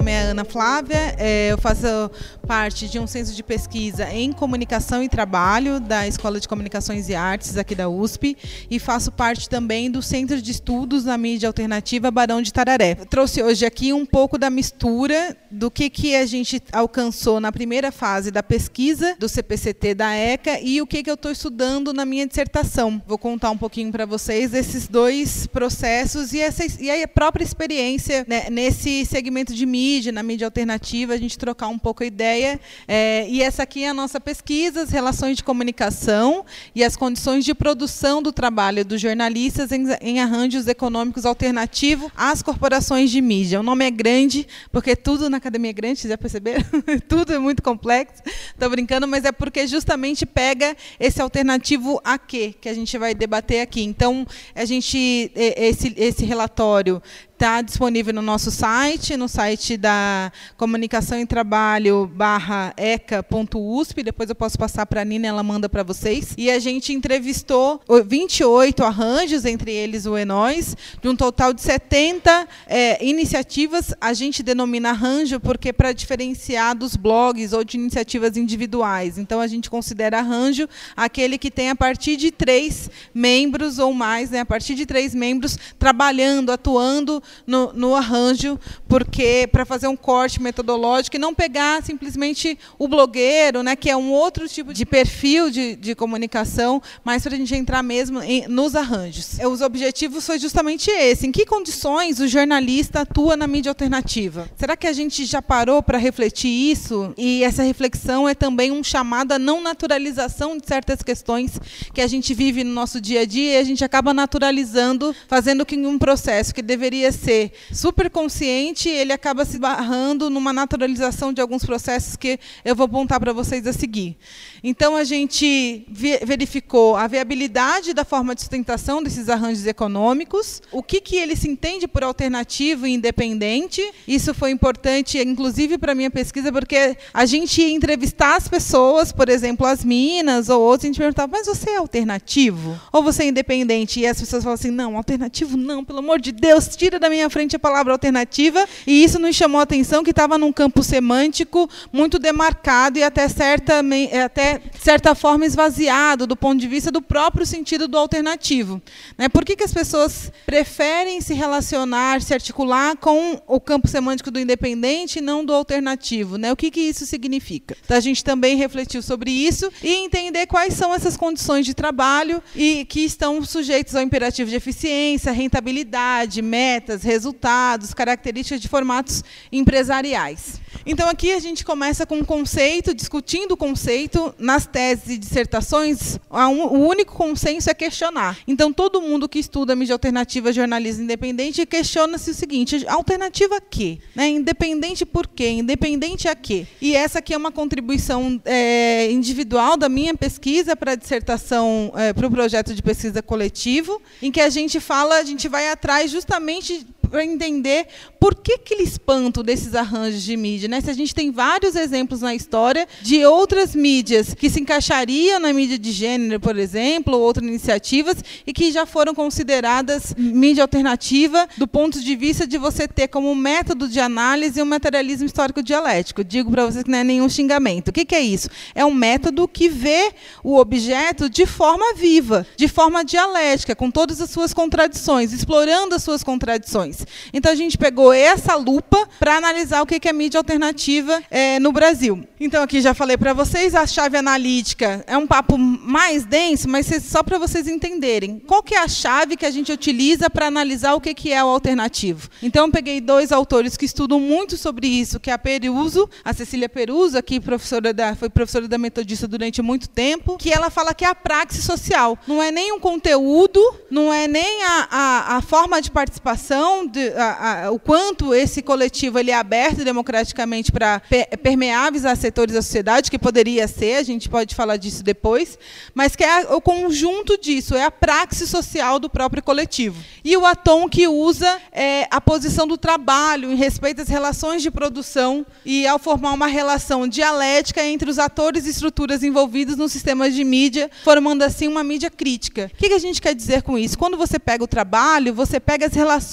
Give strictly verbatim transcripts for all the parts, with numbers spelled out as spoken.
nome é Ana Flávia, eu faço parte de um centro de pesquisa em comunicação e trabalho da Escola de Comunicações e Artes aqui da U S P e faço parte também do Centro de Estudos na Mídia Alternativa Barão de Tararé. Eu trouxe hoje aqui um pouco da mistura do que, que a gente alcançou na primeira fase da pesquisa do C P C T da ECA e o que, que eu estou estudando na minha dissertação. Vou contar um pouquinho para vocês desses dois processos e, essa, e a própria experiência, né, nesse segmento de mídia, na mídia alternativa, a gente trocar um pouco a ideia. É, e essa aqui é a nossa pesquisa, as relações de comunicação e as condições de produção do trabalho dos jornalistas em, em arranjos econômicos alternativos às corporações de mídia. O nome é grande, porque tudo na academia é grande, vocês já perceberam? Tudo é muito complexo, estou brincando, mas é porque justamente pega esse alternativo a quê, que a gente vai debater aqui. Então, a gente, esse, esse relatório está disponível no nosso site, no site da Comunicação e Trabalho barra eca ponto U S P, depois eu posso passar para a Nina, ela manda para vocês. E a gente entrevistou vinte e oito arranjos, entre eles o Enóis, de um total de setenta é, iniciativas. A gente denomina arranjo porque para diferenciar dos blogs ou de iniciativas individuais. Então, a gente considera arranjo aquele que tem a partir de três membros ou mais, né, a partir de três membros trabalhando, atuando No, no arranjo, porque para fazer um corte metodológico e não pegar simplesmente o blogueiro, né, que é um outro tipo de perfil de, de comunicação, mas para a gente entrar mesmo em, nos arranjos. Os objetivos foi justamente esse. Em que condições o jornalista atua na mídia alternativa? Será que a gente já parou para refletir isso? E essa reflexão é também um chamado à não naturalização de certas questões que a gente vive no nosso dia a dia e a gente acaba naturalizando, fazendo que um processo que deveria ser super consciente, ele acaba se barrando numa naturalização de alguns processos que eu vou apontar para vocês a seguir. Então, a gente verificou a viabilidade da forma de sustentação desses arranjos econômicos, o que, que ele se entende por alternativo e independente. Isso foi importante, inclusive, para a minha pesquisa, porque a gente ia entrevistar as pessoas, por exemplo, as minas ou outros, a gente perguntava, mas você é alternativo? Ou você é independente? E as pessoas falam assim, não, alternativo não, pelo amor de Deus, tira da minha frente a palavra alternativa, e isso nos chamou a atenção que estava num campo semântico muito demarcado e até certa, até certa forma esvaziado do ponto de vista do próprio sentido do alternativo. Né? Por que, que as pessoas preferem se relacionar, se articular com o campo semântico do independente e não do alternativo? Né? O que, que isso significa? Então, a gente também refletiu sobre isso e entender quais são essas condições de trabalho e que estão sujeitos ao imperativo de eficiência, rentabilidade, metas, resultados, características de formatos empresariais. Então, aqui a gente começa com um conceito, discutindo o conceito. Nas teses e dissertações, o único consenso é questionar. Então, todo mundo que estuda mídia alternativa, jornalismo independente, questiona-se o seguinte, alternativa a quê? Né? Independente por quê? Independente a quê? E essa aqui é uma contribuição é, individual da minha pesquisa para a dissertação, é, para o projeto de pesquisa coletivo, em que a gente fala, a gente vai atrás justamente para entender por que aquele espanto desses arranjos de mídia. Né? Se a gente tem vários exemplos na história de outras mídias que se encaixariam na mídia de gênero, por exemplo, ou outras iniciativas, e que já foram consideradas mídia alternativa do ponto de vista de você ter como método de análise um materialismo histórico dialético. Digo para vocês que não é nenhum xingamento. O que, que é isso? É um método que vê o objeto de forma viva, de forma dialética, com todas as suas contradições, explorando as suas contradições. Então, a gente pegou essa lupa para analisar o que é mídia alternativa é, no Brasil. Então, aqui já falei para vocês, a chave analítica é um papo mais denso, mas só para vocês entenderem. Qual que é a chave que a gente utiliza para analisar o que é o alternativo? Então, eu peguei dois autores que estudam muito sobre isso, que é a Peruso, a Cecília Peruso, aqui professora da, foi professora da Metodista durante muito tempo, que ela fala que é a praxis social. Não é nem um conteúdo, não é nem a, a, a forma de participação, de, a, a, o quanto esse coletivo ele é aberto democraticamente para per, permear avisar setores da sociedade, que poderia ser, a gente pode falar disso depois, mas que é o conjunto disso, é a praxis social do próprio coletivo. E o Atom que usa é, a posição do trabalho em respeito às relações de produção e ao formar uma relação dialética entre os atores e estruturas envolvidos nos sistemas de mídia, formando assim uma mídia crítica. O que a gente quer dizer com isso? Quando você pega o trabalho, você pega as relações de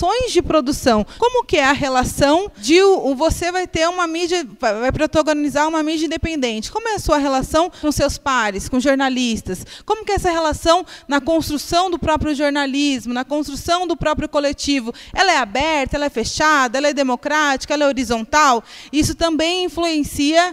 produção. Como que é a relação de o, você vai ter uma mídia, vai protagonizar uma mídia independente? Como é a sua relação com seus pares, com jornalistas? Como que é essa relação na construção do próprio jornalismo, na construção do próprio coletivo? Ela é aberta, ela é fechada, ela é democrática, ela é horizontal? Isso também influencia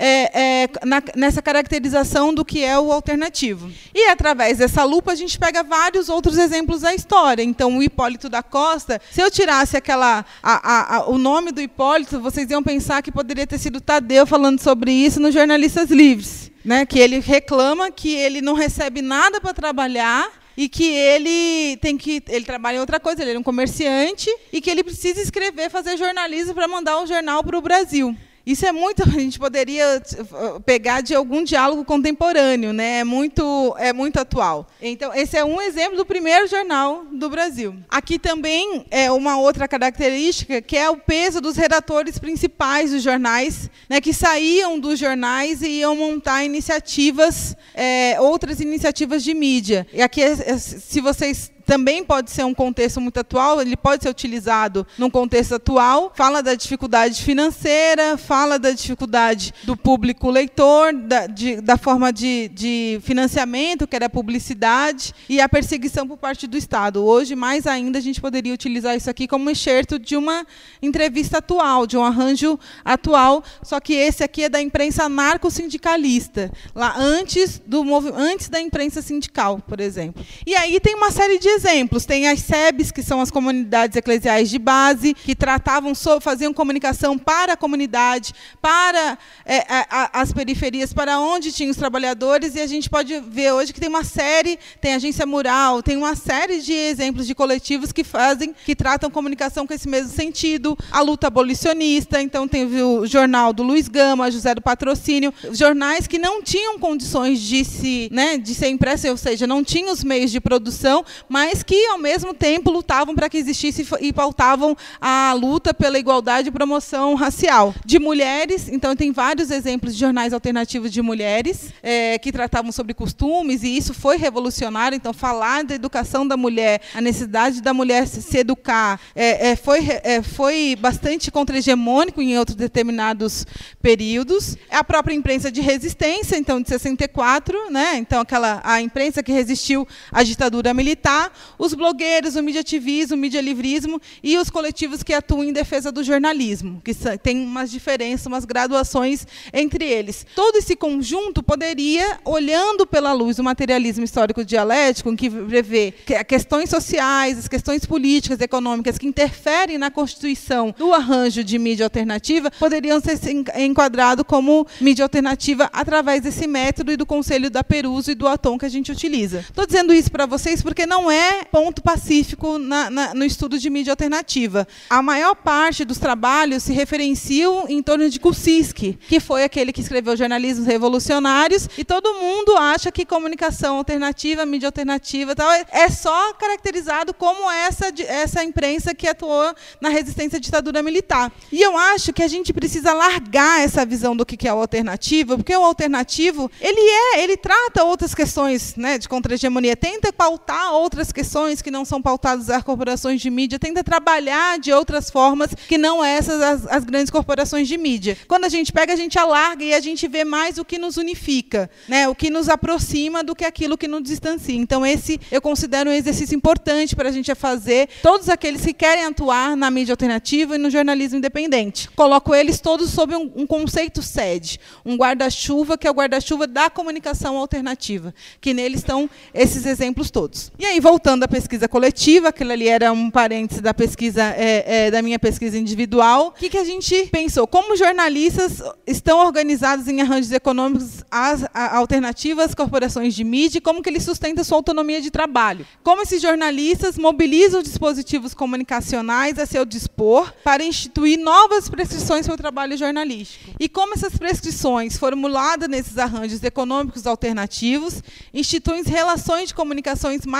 é, é, na, nessa caracterização do que é o alternativo. E, através dessa lupa, a gente pega vários outros exemplos da história. Então, o Hipólito da Costa, se eu tirasse aquela, a, a, a, o nome do Hipólito, vocês iam pensar que poderia ter sido Tadeu falando sobre isso no Jornalistas Livres, né? Que ele reclama que ele não recebe nada para trabalhar e que ele tem que ele trabalha em outra coisa, ele é um comerciante e que ele precisa escrever, fazer jornalismo para mandar o jornal para o Brasil. Isso é muito, a gente poderia pegar de algum diálogo contemporâneo, né? É muito, é muito atual. Então, esse é um exemplo do primeiro jornal do Brasil. Aqui também é uma outra característica, que é o peso dos redatores principais dos jornais, né, que saíam dos jornais e iam montar iniciativas, é, outras iniciativas de mídia. E aqui, se vocês... Também pode ser um contexto muito atual, ele pode ser utilizado num contexto atual, fala da dificuldade financeira, fala da dificuldade do público leitor, da, de, da forma de, de financiamento, que era a publicidade, e a perseguição por parte do Estado. Hoje, mais ainda, a gente poderia utilizar isso aqui como excerto de uma entrevista atual, de um arranjo atual, só que esse aqui é da imprensa anarco-sindicalista, lá antes, do, antes da imprensa sindical, por exemplo. E aí tem uma série de exemplos. Tem as S E Bs, que são as comunidades eclesiais de base, que tratavam, faziam comunicação para a comunidade, para é, a, as periferias, para onde tinham os trabalhadores, e a gente pode ver hoje que tem uma série, tem a Agência Mural, tem uma série de exemplos de coletivos que fazem, que tratam comunicação com esse mesmo sentido. A luta abolicionista, então tem o jornal do Luiz Gama, José do Patrocínio, jornais que não tinham condições de, se, né, de ser impressos, ou seja, não tinham os meios de produção, mas mas que, ao mesmo tempo, lutavam para que existisse e pautavam a luta pela igualdade e promoção racial. De mulheres, então, tem vários exemplos de jornais alternativos de mulheres, é, que tratavam sobre costumes, e isso foi revolucionário. Então, falar da educação da mulher, a necessidade da mulher se, se educar, é, é, foi, é, foi bastante contra-hegemônico em outros determinados períodos. A própria imprensa de resistência, então, de sessenta e quatro, né? Então, aquela, a imprensa que resistiu à ditadura militar, os blogueiros, o mediativismo, o medialivrismo e os coletivos que atuam em defesa do jornalismo, que tem umas diferenças, umas graduações entre eles. Todo esse conjunto poderia, olhando pela luz do materialismo histórico dialético, que prevê questões sociais, as questões políticas, econômicas, que interferem na constituição do arranjo de mídia alternativa, poderiam ser enquadrados como mídia alternativa através desse método e do conselho da Peruso e do Atom que a gente utiliza. Estou dizendo isso para vocês porque não é ponto pacífico na, na, no estudo de mídia alternativa. A maior parte dos trabalhos se referenciam em torno de Kuczynski, que foi aquele que escreveu Jornalismos Revolucionários, e todo mundo acha que comunicação alternativa, mídia alternativa, tal, é só caracterizado como essa, essa imprensa que atuou na resistência à ditadura militar. E eu acho que a gente precisa largar essa visão do que é o alternativo, porque o alternativo, ele é, ele trata outras questões, né, de contra-hegemonia, tenta pautar outras questões que não são pautadas às corporações de mídia, tenta trabalhar de outras formas que não essas as, as grandes corporações de mídia. Quando a gente pega, a gente alarga e a gente vê mais o que nos unifica, né, o que nos aproxima do que aquilo que nos distancia. Então, esse eu considero um exercício importante para a gente fazer, todos aqueles que querem atuar na mídia alternativa e no jornalismo independente. Coloco eles todos sob um, um conceito sede, um guarda-chuva, que é o guarda-chuva da comunicação alternativa, que nele estão esses exemplos todos. E aí, voltando à pesquisa coletiva, aquilo ali era um parêntese da pesquisa, é, é, da minha pesquisa individual, o que, que a gente pensou? Como jornalistas estão organizados em arranjos econômicos as, a, alternativas, corporações de mídia, e como que eles sustentam sua autonomia de trabalho? Como esses jornalistas mobilizam dispositivos comunicacionais a seu dispor para instituir novas prescrições para o trabalho jornalístico? E como essas prescrições, formuladas nesses arranjos econômicos alternativos, instituem relações de comunicações mais democráticas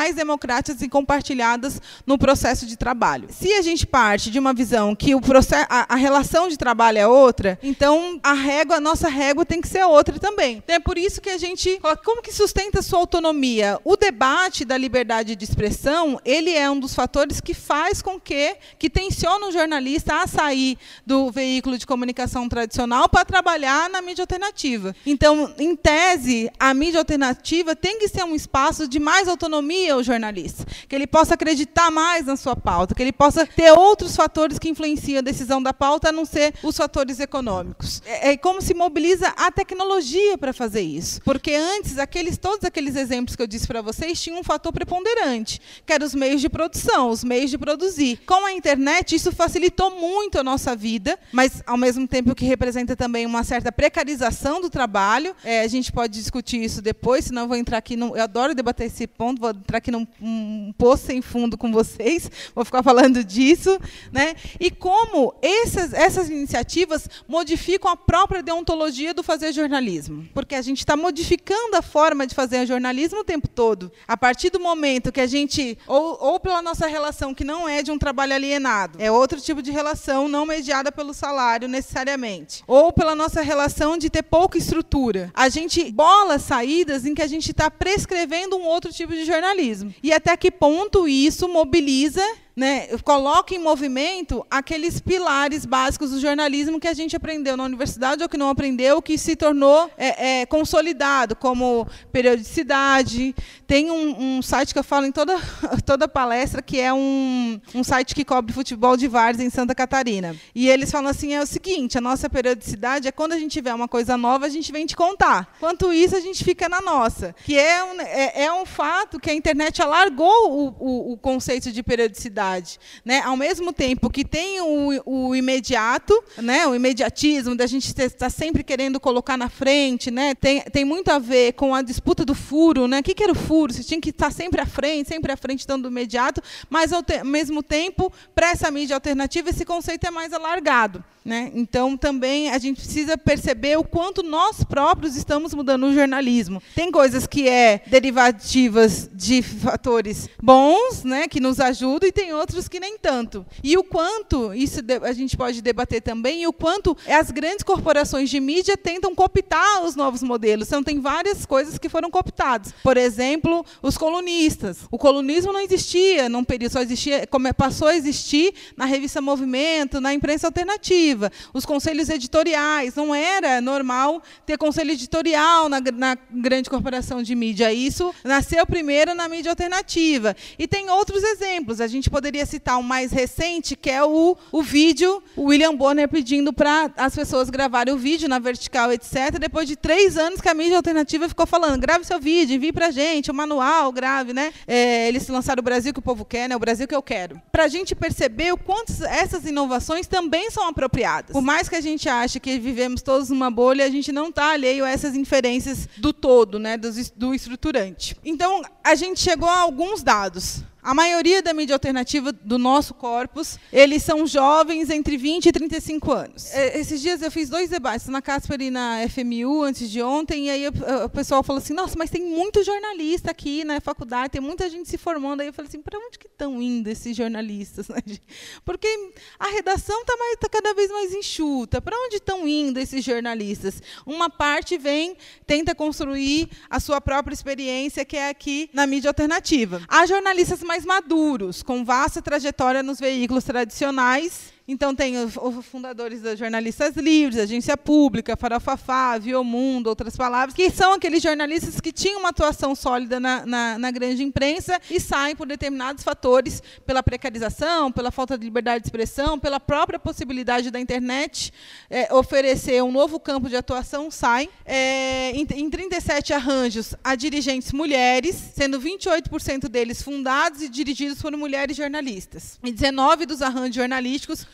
democráticas e compartilhadas no processo de trabalho. Se a gente parte de uma visão que o processo, a, a relação de trabalho é outra, então a régua, a nossa régua tem que ser outra também. Então, é por isso que a gente coloca, como que sustenta a sua autonomia? O debate da liberdade de expressão, ele é um dos fatores que faz com que, que tensiona o jornalista a sair do veículo de comunicação tradicional para trabalhar na mídia alternativa. Então, em tese, a mídia alternativa tem que ser um espaço de mais autonomia ao jornalista, que ele possa acreditar mais na sua pauta, que ele possa ter outros fatores que influenciam a decisão da pauta, a não ser os fatores econômicos. É, é como se mobiliza a tecnologia para fazer isso. Porque antes, aqueles, todos aqueles exemplos que eu disse para vocês tinham um fator preponderante, que eram os meios de produção, os meios de produzir. Com a internet, isso facilitou muito a nossa vida, mas, ao mesmo tempo que representa também uma certa precarização do trabalho. É, a gente pode discutir isso depois, senão eu vou entrar aqui, no, eu adoro debater esse ponto, vou entrar aqui num um poço sem fundo com vocês, vou ficar falando disso, né? E como essas, essas iniciativas modificam a própria deontologia do fazer jornalismo. Porque a gente está modificando a forma de fazer jornalismo o tempo todo. A partir do momento que a gente, ou, ou pela nossa relação, que não é de um trabalho alienado, é outro tipo de relação, não mediada pelo salário necessariamente, ou pela nossa relação de ter pouca estrutura, a gente bola saídas em que a gente está prescrevendo um outro tipo de jornalismo. E até que ponto isso mobiliza, né, coloca em movimento aqueles pilares básicos do jornalismo que a gente aprendeu na universidade ou que não aprendeu, que se tornou é, é, consolidado, como periodicidade. Tem um, um site que eu falo em toda, toda palestra, que é um, um site que cobre futebol de várzea em Santa Catarina. E eles falam assim, é o seguinte, a nossa periodicidade é quando a gente tiver uma coisa nova, a gente vem te contar. Enquanto isso, a gente fica na nossa. Que é um, é, é um fato que a internet alargou o, o, o conceito de periodicidade. Né? Ao mesmo tempo que tem o, o imediato, né? O imediatismo da gente estar sempre querendo colocar na frente, né? tem, tem muito a ver com a disputa do furo. Né? O que, que era o furo? Você tinha que estar sempre à frente, sempre à frente dando o imediato, mas, ao, te, ao mesmo tempo, para essa mídia alternativa, esse conceito é mais alargado. Né? Então, também, a gente precisa perceber o quanto nós próprios estamos mudando o jornalismo. Tem coisas que é derivativas de fatores bons, né, que nos ajudam, e tem outros que nem tanto. E o quanto, isso a gente pode debater também, e o quanto as grandes corporações de mídia tentam cooptar os novos modelos. Então, tem várias coisas que foram cooptadas. Por exemplo, os colunistas. O colunismo não existia num período, só existia, passou a existir na revista Movimento, na imprensa alternativa. Os conselhos editoriais, não era normal ter conselho editorial na, na grande corporação de mídia. Isso nasceu primeiro na mídia alternativa. E tem outros exemplos. A gente poderia citar um mais recente, que é o, o vídeo, o William Bonner pedindo para as pessoas gravarem o vídeo na vertical, etcétera. Depois de três anos que a mídia alternativa ficou falando, grave seu vídeo, envie para a gente, o manual, grave. Né? É, eles lançaram o Brasil que o povo quer, né? O Brasil que eu quero. Para a gente perceber o quanto essas inovações também são apropriadas. Por mais que a gente ache que vivemos todos numa bolha, a gente não está alheio a essas inferências do todo, né, do, do estruturante. Então, a gente chegou a alguns dados. A maioria da mídia alternativa do nosso corpus, eles são jovens entre vinte e trinta e cinco anos. Esses dias eu fiz dois debates, na Casper e na F M U, antes de ontem, e aí o pessoal falou assim, nossa, mas tem muito jornalista aqui na faculdade, tem muita gente se formando. Aí eu falei assim, para onde que estão indo esses jornalistas? Porque a redação está tá cada vez mais enxuta. Para onde estão indo esses jornalistas? Uma parte vem, tenta construir a sua própria experiência, que é aqui na mídia alternativa. Há jornalistas mais mais maduros, com vasta trajetória nos veículos tradicionais. Então, tem os, os fundadores das Jornalistas Livres, Agência Pública, Farofafá, Viomundo, outras palavras, que são aqueles jornalistas que tinham uma atuação sólida na, na, na grande imprensa e saem por determinados fatores, pela precarização, pela falta de liberdade de expressão, pela própria possibilidade da internet é, oferecer um novo campo de atuação, saem. É, em, em trinta e sete arranjos, há dirigentes mulheres, sendo vinte e oito por cento deles fundados e dirigidos por mulheres jornalistas. E dezenove dos arranjos jornalísticos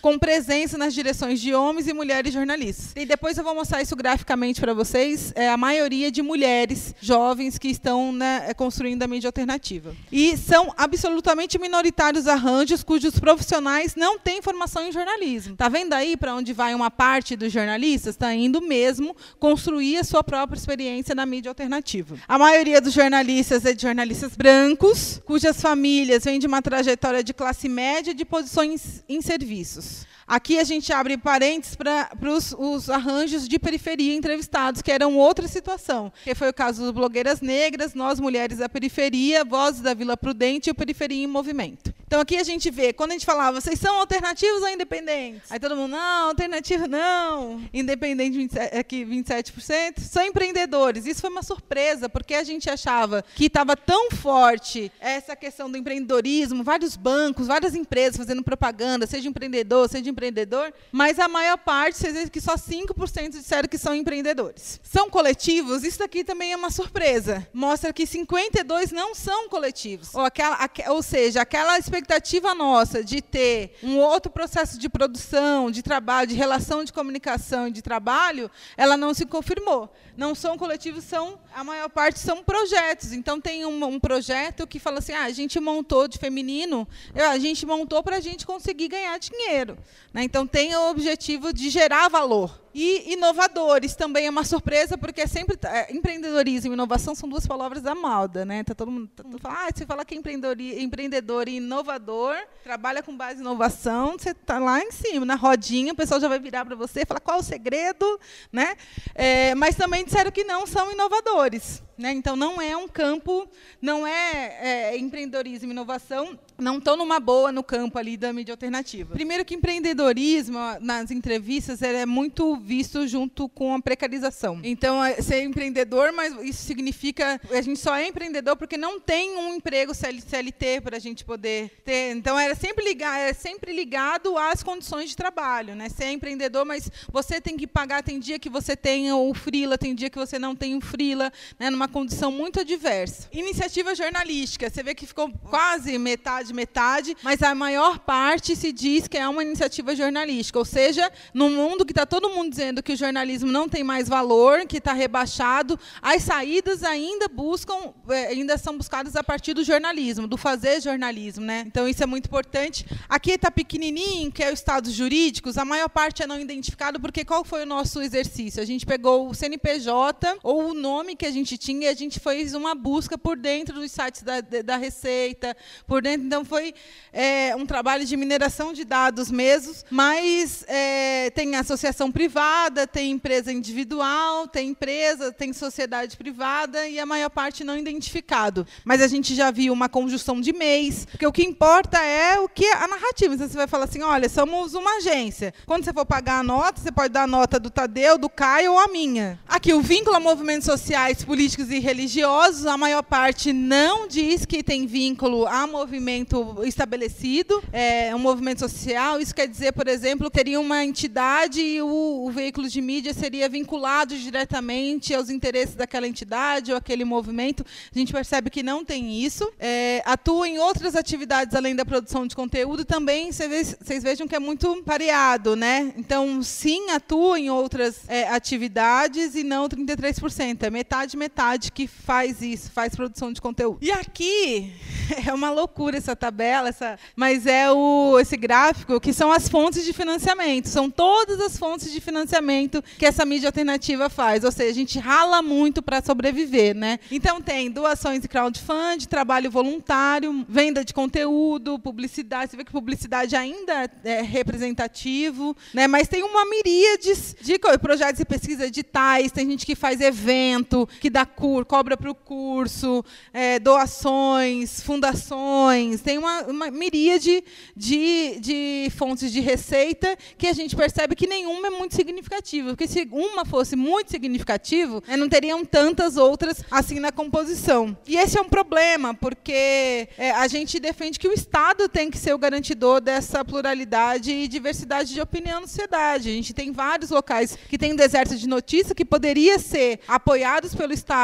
com presença nas direções de homens e mulheres jornalistas. E depois eu vou mostrar isso graficamente para vocês, é a maioria de mulheres jovens que estão, né, construindo a mídia alternativa. E são absolutamente minoritários arranjos cujos profissionais não têm formação em jornalismo. Tá vendo aí para onde vai uma parte dos jornalistas? Está indo mesmo construir a sua própria experiência na mídia alternativa. A maioria dos jornalistas é de jornalistas brancos, cujas famílias vêm de uma trajetória de classe média de posições em serviços. Aqui a gente abre parênteses para os, os arranjos de periferia entrevistados, que eram outra situação, que foi o caso das blogueiras negras, Nós Mulheres da Periferia, Vozes da Vila Prudente e o Periferia em Movimento. Então aqui a gente vê, quando a gente falava, vocês são alternativos ou independentes? Aí todo mundo, não, alternativo não. Independente, vinte e sete, aqui vinte e sete por cento. São empreendedores. Isso foi uma surpresa, porque a gente achava que estava tão forte essa questão do empreendedorismo, vários bancos, várias empresas fazendo propaganda, seja empreendedor, seja empreendedor, mas a maior parte, vocês veem que só cinco por cento disseram que são empreendedores. São coletivos? Isso daqui também é uma surpresa. Mostra que cinquenta e dois por cento não são coletivos. Ou, aquela, ou seja, aquela expectativa expectativa nossa de ter um outro processo de produção, de trabalho, de relação de comunicação e de trabalho, ela não se confirmou. Não são coletivos, são, a maior parte são projetos. Então, tem um, um projeto que fala assim, ah, a gente montou de feminino, a gente montou para a gente conseguir ganhar dinheiro. Né? Então, tem o objetivo de gerar valor. E inovadores também é uma surpresa, porque é sempre é, empreendedorismo e inovação são duas palavras da moda, né? Tá todo mundo, tá, todo, ah, você fala que é empreendedor e inovador, trabalha com base em inovação, você está lá em cima, na rodinha, o pessoal já vai virar para você e falar qual é o segredo, né? É, mas também disseram que não são inovadores. Né? Então, não é um campo, não é, é empreendedorismo e inovação, não estão numa boa no campo ali da mídia alternativa. Primeiro que empreendedorismo, nas entrevistas, ele é muito visto junto com a precarização. Então, é ser empreendedor, mas isso significa a gente só é empreendedor porque não tem um emprego C L T para a gente poder ter. Então, era sempre ligado, era sempre ligado às condições de trabalho. Né? Ser empreendedor, mas você tem que pagar, tem dia que você tem o freela, tem dia que você não tem o freela, né? Numa condição muito adversa. Iniciativa jornalística, você vê que ficou quase metade, metade, mas a maior parte se diz que é uma iniciativa jornalística, ou seja, no mundo que está todo mundo dizendo que o jornalismo não tem mais valor, que está rebaixado, as saídas ainda buscam, ainda são buscadas a partir do jornalismo, do fazer jornalismo. Né? Então, isso é muito importante. Aqui está pequenininho, que é o Estados Jurídicos, a maior parte é não identificado, porque qual foi o nosso exercício? A gente pegou o C N P J, ou o nome que a gente tinha, e a gente fez uma busca por dentro dos sites da, da Receita, por dentro, então foi é, um trabalho de mineração de dados mesmo, mas é, tem associação privada, tem empresa individual, tem empresa, tem sociedade privada e a maior parte não identificado. Mas a gente já viu uma conjunção de mês, porque o que importa é o que a narrativa. Então, você vai falar assim, olha, somos uma agência. Quando você for pagar a nota, você pode dar a nota do Tadeu, do Caio ou a minha. Aqui, o vínculo a movimentos sociais, políticos e religiosos, a maior parte não diz que tem vínculo a movimento estabelecido, é um movimento social. Isso quer dizer, por exemplo, que teria uma entidade e o, o veículo de mídia seria vinculado diretamente aos interesses daquela entidade ou aquele movimento. A gente percebe que não tem isso. É, atua em outras atividades além da produção de conteúdo, também vocês vejam que é muito variado. Né? Então, sim, atua em outras é, atividades e não trinta e três por cento. É metade, metade que faz isso, faz produção de conteúdo. E aqui é uma loucura essa tabela, essa, mas é o, esse gráfico que são as fontes de financiamento. São todas as fontes de financiamento que essa mídia alternativa faz. Ou seja, a gente rala muito para sobreviver. Né? Então, tem doações e crowdfunding, trabalho voluntário, venda de conteúdo, publicidade. Você vê que publicidade ainda é representativo, né? Mas tem uma miríade de projetos e pesquisas editais, tem gente que faz evento, que dá cur, cobra para o curso, é, doações, fundações, tem uma, uma miríade de, de fontes de receita que a gente percebe que nenhuma é muito significativa, porque se uma fosse muito significativa, né, não teriam tantas outras assim na composição. E esse é um problema, porque é, a gente defende que o Estado tem que ser o garantidor dessa pluralidade e diversidade de opinião na sociedade. A gente tem vários locais que tem deserto de notícia que poderia ser apoiados pelo Estado,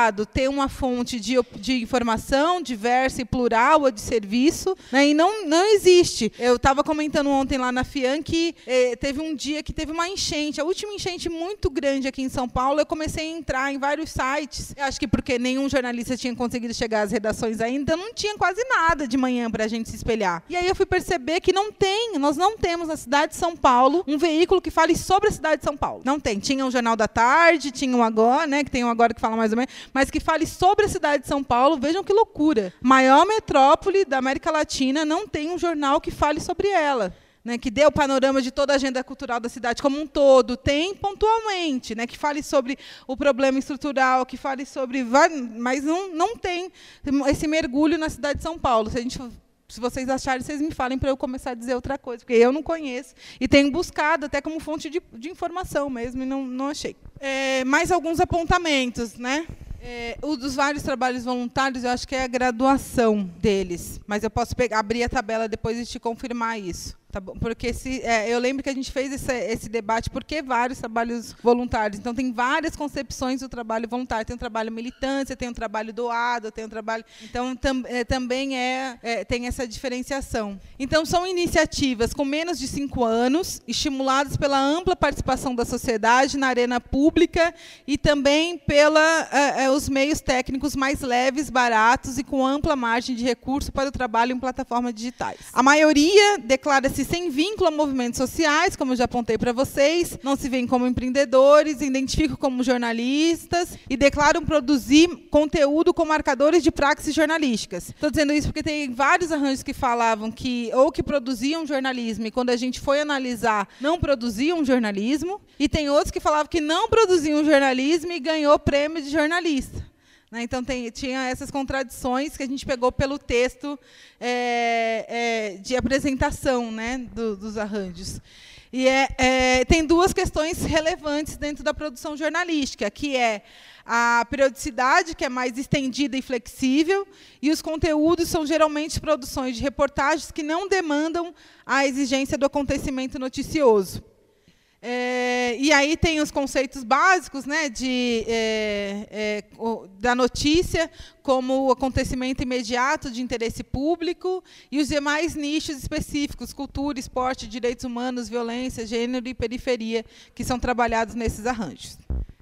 lado, ter uma fonte de, de informação diversa e plural, ou de serviço, né? E não, não existe. Eu estava comentando ontem lá na FIAN que eh, teve um dia que teve uma enchente, a última enchente muito grande aqui em São Paulo. Eu comecei a entrar em vários sites, eu acho que porque nenhum jornalista tinha conseguido chegar às redações ainda, não tinha quase nada de manhã para a gente se espelhar. E aí eu fui perceber que não tem, nós não temos na cidade de São Paulo um veículo que fale sobre a cidade de São Paulo. Não tem. Tinha o Jornal da Tarde, tinha o Agora, né, que tem o Agora que fala mais ou menos, mas que fale sobre a cidade de São Paulo. Vejam que loucura. Maior metrópole da América Latina, não tem um jornal que fale sobre ela, né, que dê o panorama de toda a agenda cultural da cidade como um todo. Tem pontualmente, né, que fale sobre o problema estrutural, que fale sobre... Mas não, não tem esse mergulho na cidade de São Paulo. Se a gente... Se vocês acharem, vocês me falem para eu começar a dizer outra coisa, porque eu não conheço e tenho buscado até como fonte de, de informação mesmo e não, não achei. É, mais alguns apontamentos, né? É, um dos vários trabalhos voluntários, eu acho que é a graduação deles, mas eu posso pegar, abrir a tabela depois e te confirmar isso. Tá bom? Porque se, é, eu lembro que a gente fez esse, esse debate, porque vários trabalhos voluntários. Então, tem várias concepções do trabalho voluntário. Tem um trabalho militância, tem um trabalho doado, tem um trabalho... Então, tam, é, também é, é, tem essa diferenciação. Então, são iniciativas com menos de cinco anos, estimuladas pela ampla participação da sociedade na arena pública e também pelos é, é, meios técnicos mais leves, baratos e com ampla margem de recurso para o trabalho em plataformas digitais. A maioria declara-se sem vínculo a movimentos sociais, como eu já apontei para vocês, não se veem como empreendedores, identificam como jornalistas e declaram produzir conteúdo com marcadores de praxis jornalísticas. Estou dizendo isso porque tem vários arranjos que falavam que ou que produziam jornalismo e, quando a gente foi analisar, não produziam jornalismo, e tem outros que falavam que não produziam jornalismo e ganhou prêmio de jornalista. Então, tem, tinha essas contradições que a gente pegou pelo texto é, é, de apresentação, né, do, dos arranjos. E é, é, tem duas questões relevantes dentro da produção jornalística, que é a periodicidade, que é mais estendida e flexível, e os conteúdos são geralmente produções de reportagens que não demandam a exigência do acontecimento noticioso. É, e aí tem os conceitos básicos, né, de, é, é, da notícia como o acontecimento imediato de interesse público e os demais nichos específicos, cultura, esporte, direitos humanos, violência, gênero e periferia, que são trabalhados nesses arranjos.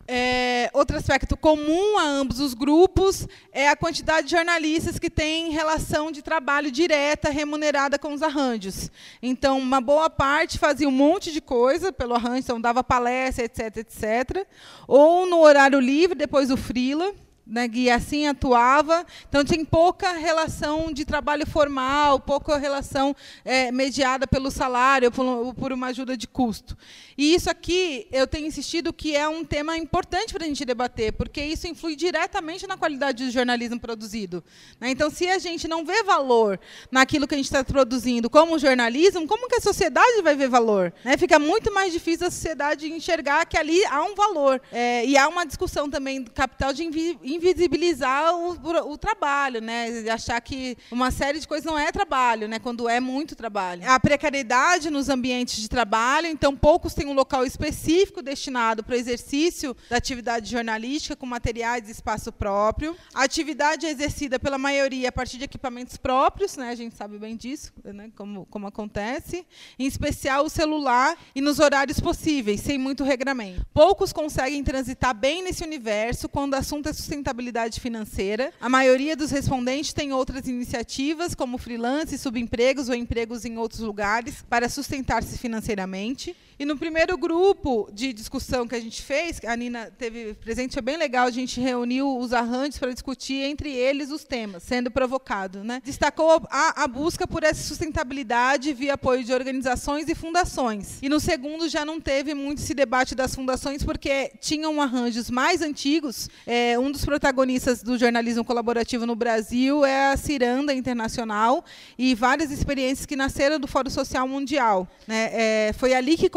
É, outro aspecto comum a ambos os grupos é a quantidade de jornalistas que têm relação de trabalho direta, remunerada com os arranjos. Então, uma boa parte fazia um monte de coisa pelo arranjo, então dava palestra, etc, etcétera. Ou no horário livre, depois o freela, né, e assim atuava. Então, tinha pouca relação de trabalho formal, pouca relação é, mediada pelo salário, por, por uma ajuda de custo. E isso aqui, eu tenho insistido que é um tema importante para a gente debater, porque isso influi diretamente na qualidade do jornalismo produzido. Né? Então, se a gente não vê valor naquilo que a gente está produzindo como jornalismo, como que a sociedade vai ver valor? Né? Fica muito mais difícil a sociedade enxergar que ali há um valor. É, e há uma discussão também do capital de invisibilizar o, o, o trabalho, né? De achar que uma série de coisas não é trabalho, né? Quando é muito trabalho. A precariedade nos ambientes de trabalho, então poucos têm um local específico destinado para o exercício da atividade jornalística com materiais e espaço próprio. A atividade é exercida pela maioria a partir de equipamentos próprios, né? A gente sabe bem disso, né? como, como acontece, em especial o celular e nos horários possíveis, sem muito regramento. Poucos conseguem transitar bem nesse universo quando o assunto é sustentabilidade financeira. A maioria dos respondentes tem outras iniciativas, como freelance, subempregos ou empregos em outros lugares, para sustentar-se financeiramente. E no primeiro grupo de discussão que a gente fez, a Nina teve presente, foi bem legal, a gente reuniu os arranjos para discutir entre eles os temas, sendo provocado. Né? Destacou a, a busca por essa sustentabilidade via apoio de organizações e fundações. E no segundo já não teve muito esse debate das fundações, porque tinham arranjos mais antigos. É, um dos protagonistas do jornalismo colaborativo no Brasil é a Ciranda Internacional, e várias experiências que nasceram do Fórum Social Mundial. Né? É, foi ali que começou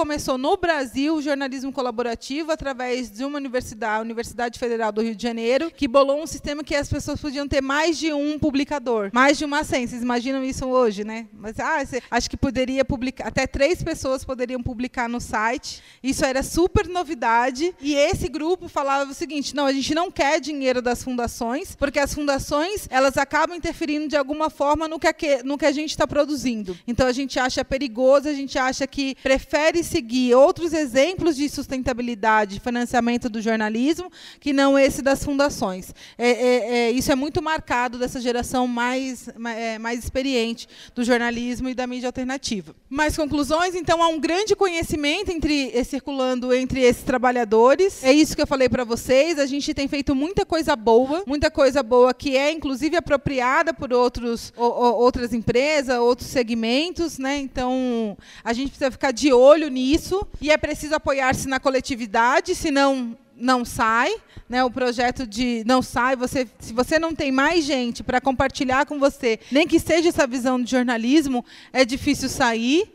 começou no Brasil o jornalismo colaborativo através de uma universidade, a Universidade Federal do Rio de Janeiro, que bolou um sistema que as pessoas podiam ter mais de um publicador, mais de uma senha. Vocês imaginam isso hoje, né? Mas ah, você, acho que poderia publicar, até três pessoas poderiam publicar no site. Isso era super novidade. E esse grupo falava o seguinte: não, a gente não quer dinheiro das fundações, porque as fundações elas acabam interferindo de alguma forma no que, no que a gente está produzindo. Então a gente acha perigoso, a gente acha que prefere seguir outros exemplos de sustentabilidade, de financiamento do jornalismo, que não esse das fundações. É, é, é, isso é muito marcado dessa geração mais, é, mais experiente do jornalismo e da mídia alternativa. Mais conclusões, então, há um grande conhecimento entre, circulando entre esses trabalhadores. É isso que eu falei para vocês. A gente tem feito muita coisa boa, muita coisa boa que é, inclusive, apropriada por outros, o, o, outras empresas, outros segmentos, né? Então, a gente precisa ficar de olho nisso e é preciso apoiar-se na coletividade, senão não sai, né? O projeto de não sai, você, se você não tem mais gente para compartilhar com você, nem que seja essa visão de jornalismo, é difícil sair.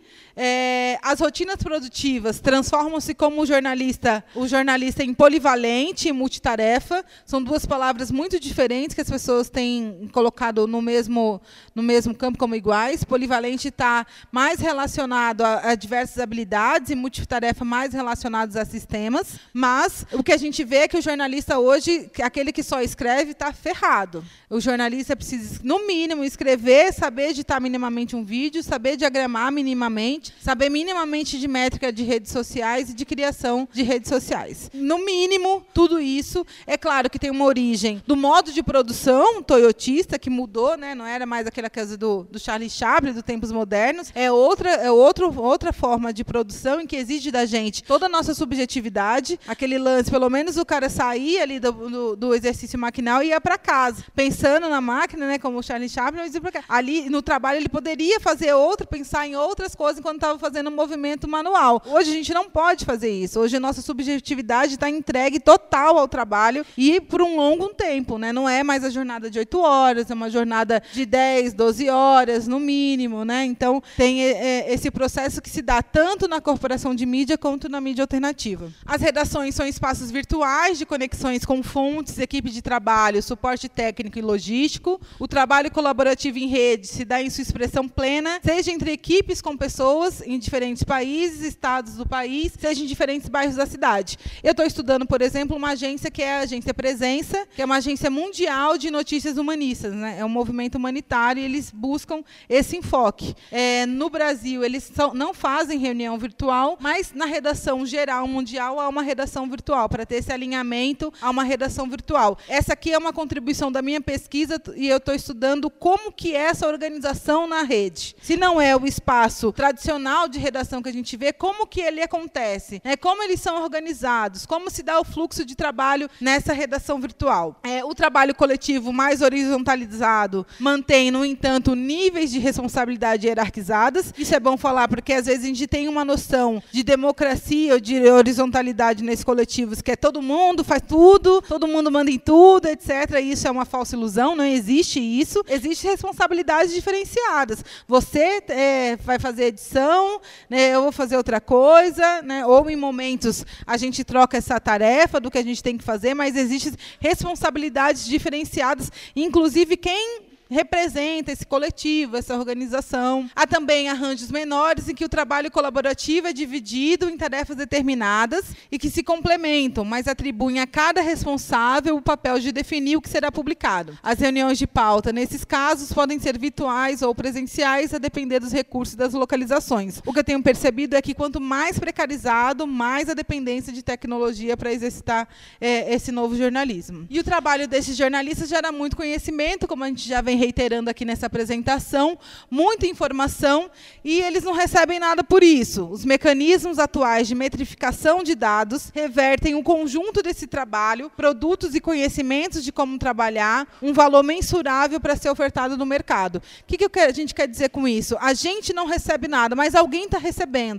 É, as rotinas produtivas transformam-se como o jornalista, o jornalista em polivalente e multitarefa. São duas palavras muito diferentes que as pessoas têm colocado no mesmo, no mesmo campo como iguais. Polivalente está mais relacionado a, a diversas habilidades e multitarefa mais relacionados a sistemas. Mas o que a gente vê é que o jornalista hoje, aquele que só escreve, está ferrado. O jornalista precisa, no mínimo, escrever, saber editar minimamente um vídeo, saber diagramar minimamente, saber minimamente de métrica de redes sociais e de criação de redes sociais. No mínimo, tudo isso. É claro que tem uma origem do modo de produção toyotista, que mudou, né? Não era mais aquela coisa do, do Charlie Chaplin, dos tempos modernos. É, outra, é outro, outra forma de produção em que exige da gente toda a nossa subjetividade. Aquele lance, pelo menos o cara saía ali do, do, do exercício maquinal e ia para casa, pensando na máquina, né? Como o Charlie Chaplin, mas ia pra casa. Ali, no trabalho, ele poderia fazer outro, pensar em outras coisas enquanto estava fazendo um movimento manual. Hoje a gente não pode fazer isso. Hoje a nossa subjetividade está entregue total ao trabalho e por um longo tempo, né? Não é mais a jornada de oito horas, é uma jornada de dez, doze horas, no mínimo, né? Então, tem é, esse processo que se dá tanto na corporação de mídia quanto na mídia alternativa. As redações são espaços virtuais de conexões com fontes, equipe de trabalho, suporte técnico e logístico. O trabalho colaborativo em rede se dá em sua expressão plena, seja entre equipes com pessoas em diferentes países, estados do país, seja em diferentes bairros da cidade. Eu estou estudando, por exemplo, uma agência que é a Agência Presença, que é uma agência mundial de notícias humanistas, né? É um movimento humanitário e eles buscam esse enfoque. É, no Brasil, eles são, não fazem reunião virtual, mas na redação geral mundial há uma redação virtual, para ter esse alinhamento a uma redação virtual. Essa aqui é uma contribuição da minha pesquisa e eu estou estudando como que é essa organização na rede. Se não é o espaço tradicional de redação que a gente vê, como que ele acontece, né? Como eles são organizados, como se dá o fluxo de trabalho nessa redação virtual. É, o trabalho coletivo mais horizontalizado mantém, no entanto, níveis de responsabilidade hierarquizadas. Isso é bom falar, porque às vezes a gente tem uma noção de democracia ou de horizontalidade nesses coletivos, que é todo mundo faz tudo, todo mundo manda em tudo, etcétera. E isso é uma falsa ilusão, não existe isso. Existem responsabilidades diferenciadas. Você é, vai fazer edição, né, eu vou fazer outra coisa, né, ou em momentos a gente troca essa tarefa do que a gente tem que fazer, mas existem responsabilidades diferenciadas, inclusive quem representa esse coletivo, essa organização. Há também arranjos menores em que o trabalho colaborativo é dividido em tarefas determinadas e que se complementam, mas atribuem a cada responsável o papel de definir o que será publicado. As reuniões de pauta, nesses casos, podem ser virtuais ou presenciais, a depender dos recursos e das localizações. O que eu tenho percebido é que quanto mais precarizado, mais a dependência de tecnologia para exercitar é, esse novo jornalismo. E o trabalho desses jornalistas gera muito conhecimento, como a gente já vem reiterando aqui nessa apresentação, muita informação, e eles não recebem nada por isso. Os mecanismos atuais de metrificação de dados revertem o conjunto desse trabalho, produtos e conhecimentos de como trabalhar, um valor mensurável para ser ofertado no mercado. O que, que a gente quer dizer com isso? A gente não recebe nada, mas alguém está recebendo.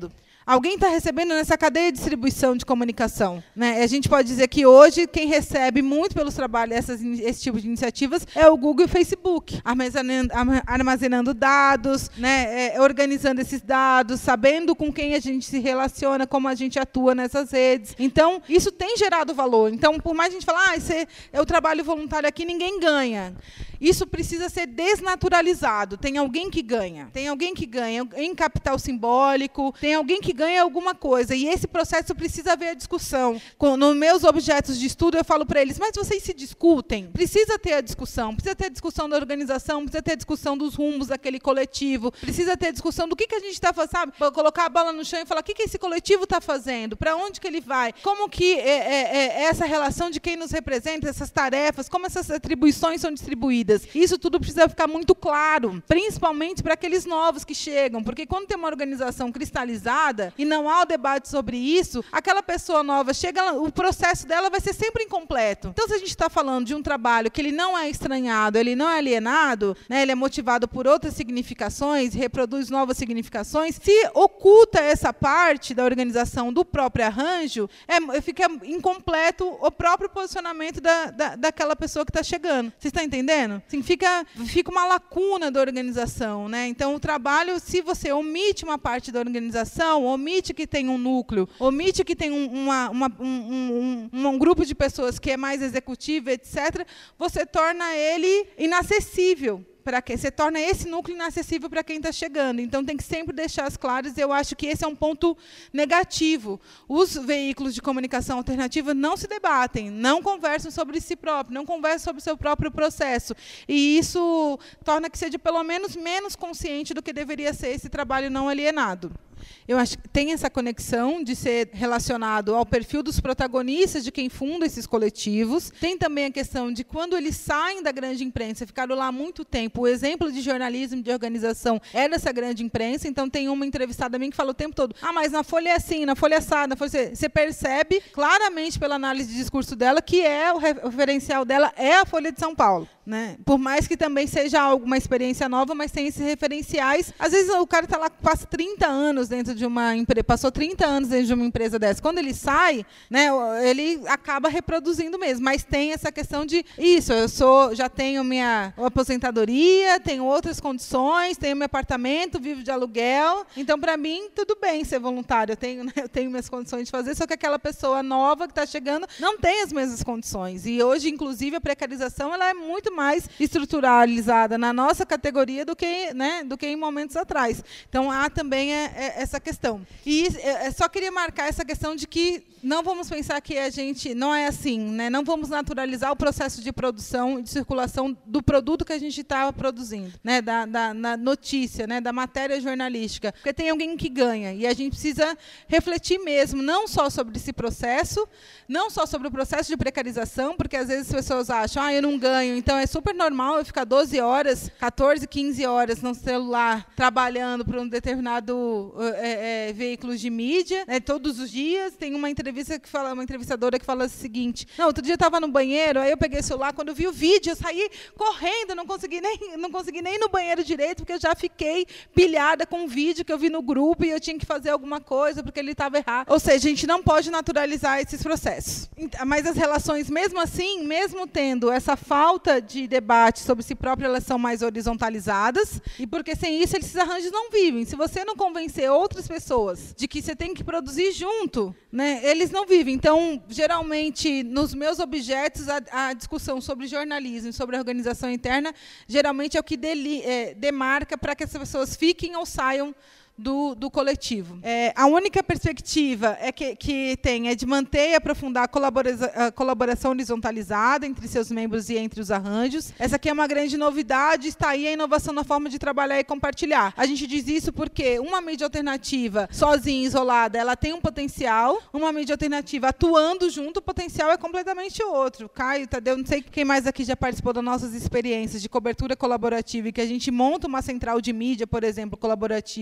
Alguém está recebendo nessa cadeia de distribuição de comunicação, né? A gente pode dizer que hoje quem recebe muito pelos trabalhos essas, esse tipo de iniciativas é o Google e o Facebook, armazenando, armazenando dados, né? É, organizando esses dados, sabendo com quem a gente se relaciona, como a gente atua nessas redes. Então, isso tem gerado valor. Então, por mais a gente falar, ah, esse é o trabalho voluntário aqui, ninguém ganha. Isso precisa ser desnaturalizado. Tem alguém que ganha. Tem alguém que ganha em capital simbólico, tem alguém que ganha alguma coisa. E esse processo precisa haver a discussão. Nos meus objetos de estudo, eu falo para eles, mas vocês se discutem? Precisa ter a discussão. Precisa ter a discussão da organização, precisa ter a discussão dos rumos daquele coletivo, precisa ter a discussão do que, que a gente está fazendo, sabe? Colocar a bola no chão e falar o que, que esse coletivo está fazendo, para onde que ele vai, como que é, é, é essa relação de quem nos representa, essas tarefas, como essas atribuições são distribuídas. Isso tudo precisa ficar muito claro, principalmente para aqueles novos que chegam, porque quando tem uma organização cristalizada e não há o debate sobre isso, aquela pessoa nova chega, o processo dela vai ser sempre incompleto. Então, se a gente está falando de um trabalho que ele não é estranhado, ele não é alienado, né, ele é motivado por outras significações, reproduz novas significações, se oculta essa parte da organização do próprio arranjo, é, fica incompleto o próprio posicionamento da, da, daquela pessoa que está chegando. Vocês estão entendendo? Assim, fica, fica uma lacuna da organização, né? Então, o trabalho, se você omite uma parte da organização, omite que tem um núcleo, omite que tem um, uma, uma, um, um, um grupo de pessoas que é mais executivo, etcétera, você torna ele inacessível. Para que você torna esse núcleo inacessível para quem está chegando. Então, tem que sempre deixar as claras. Eu acho que esse é um ponto negativo. Os veículos de comunicação alternativa não se debatem, não conversam sobre si próprio, não conversam sobre o seu próprio processo. E isso torna que seja, pelo menos, menos consciente do que deveria ser esse trabalho não alienado. Eu acho que tem essa conexão de ser relacionado ao perfil dos protagonistas de quem funda esses coletivos. Tem também a questão de quando eles saem da grande imprensa, ficaram lá há muito tempo. O exemplo de jornalismo de organização é dessa grande imprensa. Então, tem uma entrevistada minha que fala o tempo todo, ah, mas na Folha é assim, na Folha é assado, na Folha... Você percebe claramente pela análise de discurso dela que é o referencial dela é a Folha de São Paulo. Né? Por mais que também seja alguma experiência nova, mas tem esses referenciais. Às vezes o cara está lá, passa trinta anos dentro de uma empresa, passou trinta anos dentro de uma empresa dessa. Quando ele sai, né, ele acaba reproduzindo mesmo. Mas tem essa questão de isso, eu sou, já tenho minha aposentadoria, tenho outras condições, tenho meu apartamento, vivo de aluguel. Então, para mim, tudo bem ser voluntário. Eu tenho, né, eu tenho minhas condições de fazer, só que aquela pessoa nova que está chegando não tem as mesmas condições. E hoje, inclusive, a precarização ela é muito mais estruturalizada na nossa categoria do que, né, do que em momentos atrás. Então, há também é, é essa questão. E é, só queria marcar essa questão de que não vamos pensar que a gente... Não é assim, né? Não vamos naturalizar o processo de produção e de circulação do produto que a gente está produzindo, né? da, da na notícia, né? Da matéria jornalística. Porque tem alguém que ganha. E a gente precisa refletir mesmo, não só sobre esse processo, não só sobre o processo de precarização, porque às vezes as pessoas acham, ah, eu não ganho, então é super normal eu ficar doze horas, quatorze, quinze horas no celular, trabalhando para um determinado é, é, veículo de mídia, né, todos os dias. Tem uma entrevista que fala, uma entrevistadora que fala o seguinte, não, outro dia eu estava no banheiro, aí eu peguei o celular, quando eu vi o vídeo, eu saí correndo, não consegui nem, não consegui nem ir no banheiro direito, porque eu já fiquei pilhada com um vídeo que eu vi no grupo e eu tinha que fazer alguma coisa, porque ele estava errado. Ou seja, a gente não pode naturalizar esses processos. Mas as relações, mesmo assim, mesmo tendo essa falta de debate sobre si próprio, elas são mais horizontalizadas, e porque sem isso esses arranjos não vivem. Se você não convencer outras pessoas de que você tem que produzir junto, né, eles não vivem. Então, geralmente, nos meus objetos, a, a discussão sobre jornalismo e sobre a organização interna, geralmente é o que deli, é, demarca para que essas pessoas fiquem ou saiam Do, do coletivo. É, a única perspectiva é que, que tem é de manter e aprofundar a, colabora a colaboração horizontalizada entre seus membros e entre os arranjos. Essa aqui é uma grande novidade, está aí a inovação na forma de trabalhar e compartilhar. A gente diz isso porque uma mídia alternativa, sozinha, isolada, ela tem um potencial, uma mídia alternativa atuando junto, o potencial é completamente outro. Caio, Tadeu, não sei quem mais aqui já participou das nossas experiências de cobertura colaborativa, e que a gente monta uma central de mídia, por exemplo, colaborativa,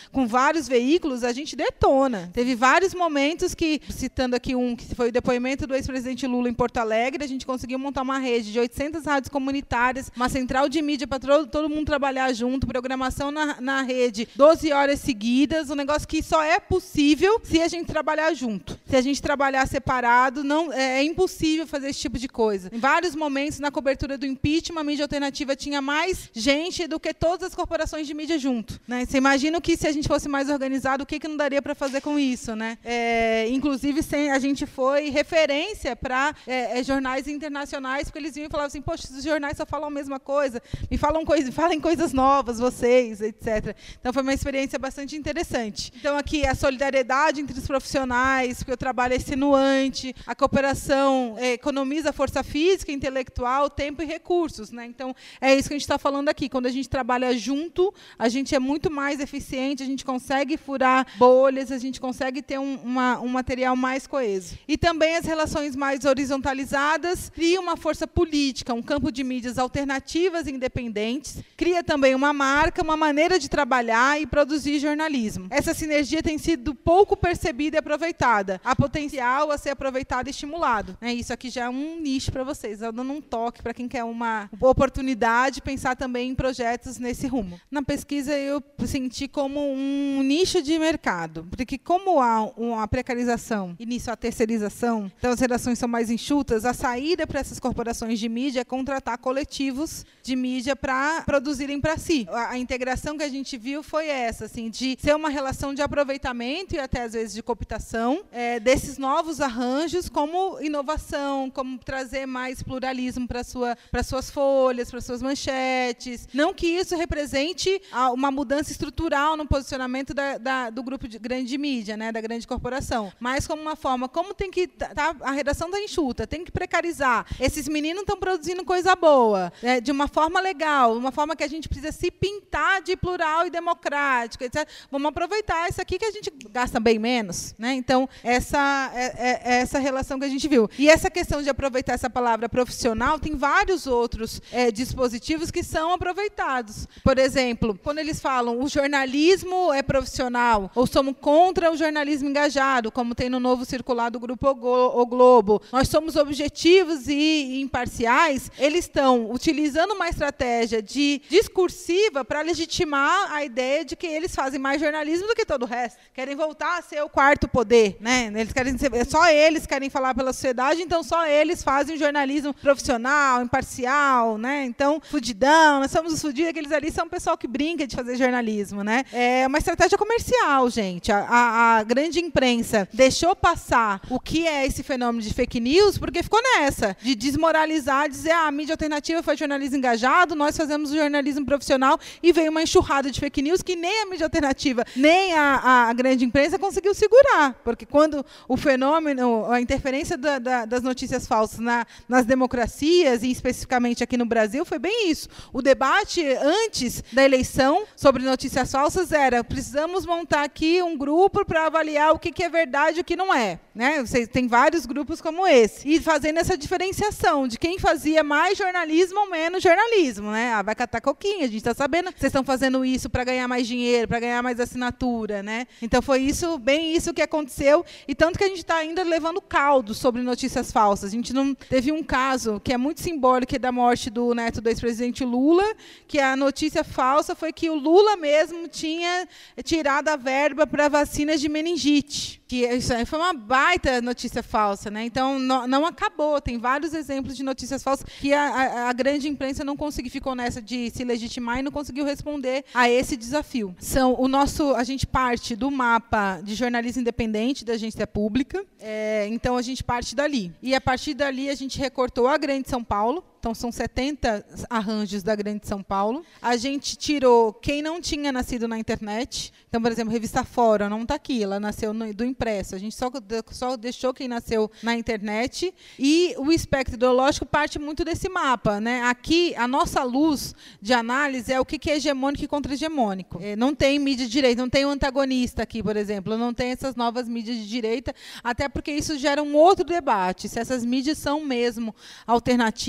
com vários veículos, a gente detona. Teve vários momentos que, citando aqui um, que foi o depoimento do ex-presidente Lula em Porto Alegre, a gente conseguiu montar uma rede de oitocentas rádios comunitárias, uma central de mídia para todo, todo mundo trabalhar junto, programação na, na rede, doze horas seguidas, um negócio que só é possível se a gente trabalhar junto. Se a gente trabalhar separado, não, é, é impossível fazer esse tipo de coisa. Em vários momentos, na cobertura do impeachment, a mídia alternativa tinha mais gente do que todas as corporações de mídia junto, né? Você imagina que se a gente fosse mais organizado, o que, que não daria para fazer com isso, né? É, inclusive, sem, a gente foi referência para é, é, jornais internacionais, porque eles vinham e falavam assim, poxa, os jornais só falam a mesma coisa, me falam coisa, falem coisas novas, vocês, etcétera. Então, foi uma experiência bastante interessante. Então, aqui, a solidariedade entre os profissionais, porque o trabalho é extenuante, a cooperação é, economiza força física, intelectual, tempo e recursos, né? Então, é isso que a gente está falando aqui. Quando a gente trabalha junto, a gente é muito mais eficiente, a gente consegue furar bolhas, a gente consegue ter um, uma, um material mais coeso. E também as relações mais horizontalizadas cria uma força política, um campo de mídias alternativas e independentes, cria também uma marca, uma maneira de trabalhar e produzir jornalismo. Essa sinergia tem sido pouco percebida e aproveitada. Há potencial a ser aproveitado e estimulado. É, isso aqui já é um nicho para vocês, dando um toque para quem quer uma oportunidade, pensar também em projetos nesse rumo. Na pesquisa, eu senti como um nicho de mercado, porque como há uma precarização e nisso a terceirização, então as relações são mais enxutas, a saída para essas corporações de mídia é contratar coletivos de mídia para produzirem para si. A, a integração que a gente viu foi essa, assim, de ser uma relação de aproveitamento e até às vezes de cooptação é, desses novos arranjos como inovação, como trazer mais pluralismo para sua, para suas folhas, para suas manchetes. Não que isso represente uma mudança estrutural no posicionamento da, da, do grupo de grande mídia, né, da grande corporação, mas como uma forma, como tem que tá, a redação está enxuta, tem que precarizar. Esses meninos estão produzindo coisa boa, né, de uma forma legal, uma forma que a gente precisa se pintar de plural e democrático, etcétera. Vamos aproveitar isso aqui que a gente gasta bem menos, né? Então, essa é, é essa relação que a gente viu. E essa questão de aproveitar essa palavra profissional, tem vários outros é, dispositivos que são aproveitados. Por exemplo, quando eles falam o jornalismo é profissional, ou somos contra o jornalismo engajado, como tem no novo circular do Grupo O Globo, nós somos objetivos e imparciais, eles estão utilizando uma estratégia de discursiva para legitimar a ideia de que eles fazem mais jornalismo do que todo o resto. Querem voltar a ser o quarto poder, né? Eles querem ser, só eles querem falar pela sociedade, então só eles fazem um jornalismo profissional, imparcial, né? Então, fudidão, nós somos os fudidos, aqueles ali são o pessoal que brinca de fazer jornalismo, né? É uma estratégia comercial, gente. A, a, a grande imprensa deixou passar o que é esse fenômeno de fake news porque ficou nessa, de desmoralizar, dizer ah, a mídia alternativa faz jornalismo engajado, nós fazemos o jornalismo profissional e veio uma enxurrada de fake news que nem a mídia alternativa, nem a, a grande imprensa conseguiu segurar, porque quando o fenômeno, a interferência da, da, das notícias falsas na, nas democracias, e especificamente aqui no Brasil, foi bem isso. O debate antes da eleição sobre notícias falsas era, precisamos montar aqui um grupo para avaliar o que, que é verdade e o que não é. Né? Vocês tem vários grupos como esse. E fazendo essa diferenciação de quem fazia mais jornalismo ou menos jornalismo. Né? Ah, vai catar coquinha, a gente está sabendo que vocês estão fazendo isso para ganhar mais dinheiro, para ganhar mais assinatura. Né? Então foi isso, bem isso que aconteceu. E tanto que a gente está ainda levando caldo sobre notícias falsas. A gente não teve um caso que é muito simbólico, que é da morte do neto do ex-presidente Lula, que a notícia falsa foi que o Lula mesmo tinha tirado a verba para vacinas de meningite. Que isso aí foi uma baita notícia falsa, né? Então, não, não acabou. Tem vários exemplos de notícias falsas que a, a, a grande imprensa não conseguiu, ficou nessa de se legitimar e não conseguiu responder a esse desafio. São o nosso, a gente parte do mapa de jornalismo independente da agência pública, é, então a gente parte dali. E a partir dali a gente recortou a Grande São Paulo. Então, são setenta arranjos da Grande São Paulo. A gente tirou quem não tinha nascido na internet. Então, por exemplo, a revista Fórum não está aqui, ela nasceu no, do impresso. A gente só, só deixou quem nasceu na internet. E o espectro ideológico parte muito desse mapa. Né? Aqui, a nossa luz de análise é o que é hegemônico e contra-hegemônico. É, não tem mídia de direita, não tem o antagonista aqui, por exemplo. Não tem essas novas mídias de direita, até porque isso gera um outro debate. Se essas mídias são mesmo alternativas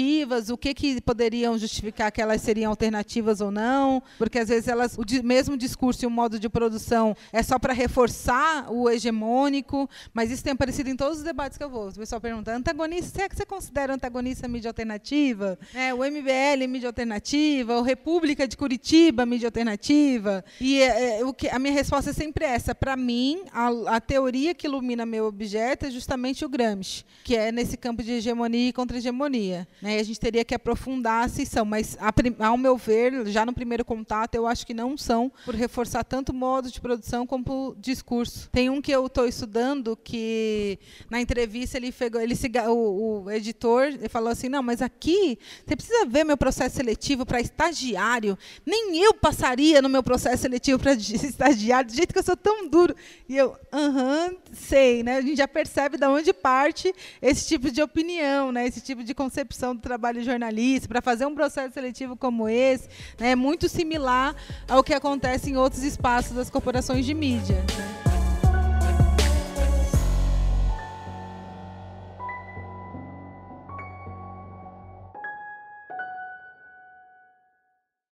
alternativas, o que, que poderiam justificar que elas seriam alternativas ou não, porque às vezes elas, o di- mesmo discurso e o modo de produção é só para reforçar o hegemônico, mas isso tem aparecido em todos os debates que eu vou. O pessoal pergunta, antagonista, será que você considera antagonista mídia alternativa? É, o M B L mídia alternativa, o República de Curitiba mídia alternativa. E é, é, o que, a minha resposta é sempre essa. Para mim, a, a teoria que ilumina meu objeto é justamente o Gramsci, que é nesse campo de hegemonia e contra-hegemonia. Né? E a gente teria que aprofundar se são, mas a, ao meu ver, já no primeiro contato, eu acho que não são, por reforçar tanto o modo de produção como o discurso. Tem um que eu estou estudando que, na entrevista, ele, pegou, ele se, o, o editor ele falou assim, não, mas aqui você precisa ver meu processo seletivo para estagiário. Nem eu passaria no meu processo seletivo para estagiário, do jeito que eu sou tão duro. E eu, aham, sei, né? A gente já percebe de onde parte esse tipo de opinião, né? Esse tipo de concepção do trabalho jornalista, para fazer um processo seletivo como esse, né? É muito similar ao que acontece em outros espaços das corporações de mídia, né?